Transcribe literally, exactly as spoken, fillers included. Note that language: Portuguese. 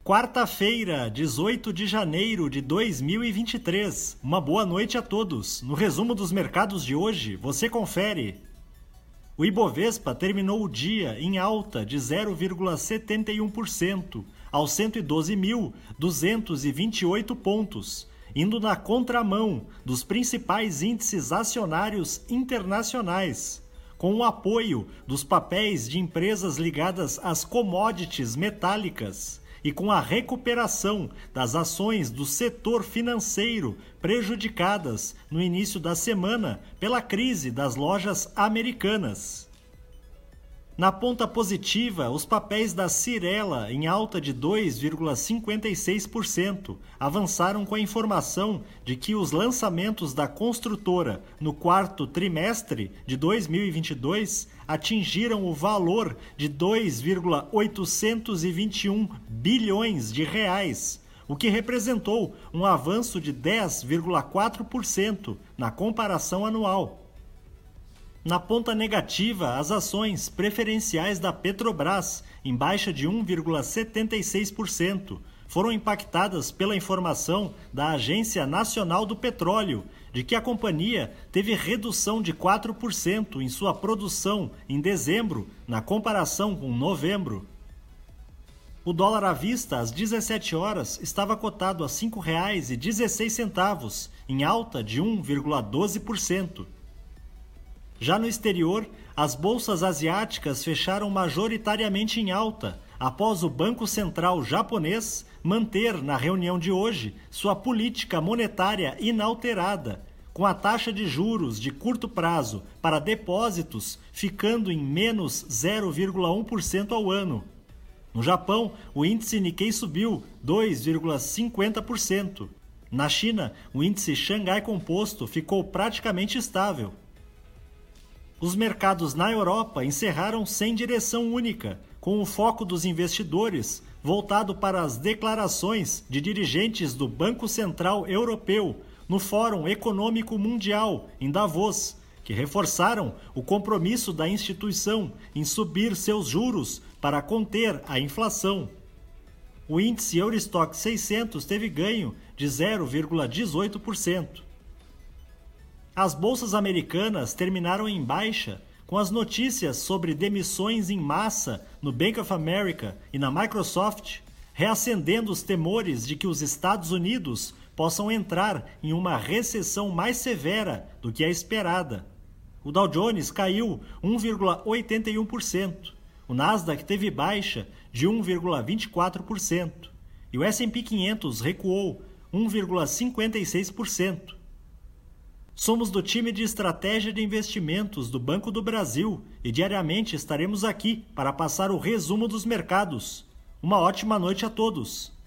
Quarta-feira, dezoito de janeiro de dois mil e vinte e três. Uma boa noite a todos. No resumo dos mercados de hoje, você confere. O Ibovespa terminou o dia em alta de zero vírgula setenta e um por cento, aos cento e doze mil duzentos e vinte e oito pontos, indo na contramão dos principais índices acionários internacionais, com o apoio dos papéis de empresas ligadas às commodities metálicas e com a recuperação das ações do setor financeiro prejudicadas no início da semana pela crise das lojas americanas. Na ponta positiva, os papéis da Cyrela, em alta de dois vírgula cinquenta e seis por cento, avançaram com a informação de que os lançamentos da construtora no quarto trimestre de dois mil e vinte e dois atingiram o valor de dois vírgula oitocentos e vinte e um bilhões de reais, o que representou um avanço de dez vírgula quatro por cento na comparação anual. Na ponta negativa, as ações preferenciais da Petrobras, em baixa de um vírgula setenta e seis por cento, foram impactadas pela informação da Agência Nacional do Petróleo de que a companhia teve redução de quatro por cento em sua produção em dezembro, na comparação com novembro. O dólar à vista, às dezessete horas, estava cotado a cinco reais e dezesseis centavos, em alta de um vírgula doze por cento. Já no exterior, as bolsas asiáticas fecharam majoritariamente em alta, após o Banco Central japonês manter, na reunião de hoje, sua política monetária inalterada, com a taxa de juros de curto prazo para depósitos ficando em menos zero vírgula um por cento ao ano. No Japão, o índice Nikkei subiu dois vírgula cinquenta por cento. Na China, o índice Xangai Composto ficou praticamente estável. Os mercados na Europa encerraram sem direção única, com o foco dos investidores voltado para as declarações de dirigentes do Banco Central Europeu no Fórum Econômico Mundial, em Davos, que reforçaram o compromisso da instituição em subir seus juros para conter a inflação. O índice Eurostoxx seiscentos teve ganho de zero vírgula dezoito por cento. As bolsas americanas terminaram em baixa, com as notícias sobre demissões em massa no Bank of America e na Microsoft, reacendendo os temores de que os Estados Unidos possam entrar em uma recessão mais severa do que a esperada. O Dow Jones caiu um vírgula oitenta e um por cento, o Nasdaq teve baixa de um vírgula vinte e quatro por cento e o S e P quinhentos recuou um vírgula cinquenta e seis por cento. Somos do time de estratégia de investimentos do Banco do Brasil e diariamente estaremos aqui para passar o resumo dos mercados. Uma ótima noite a todos!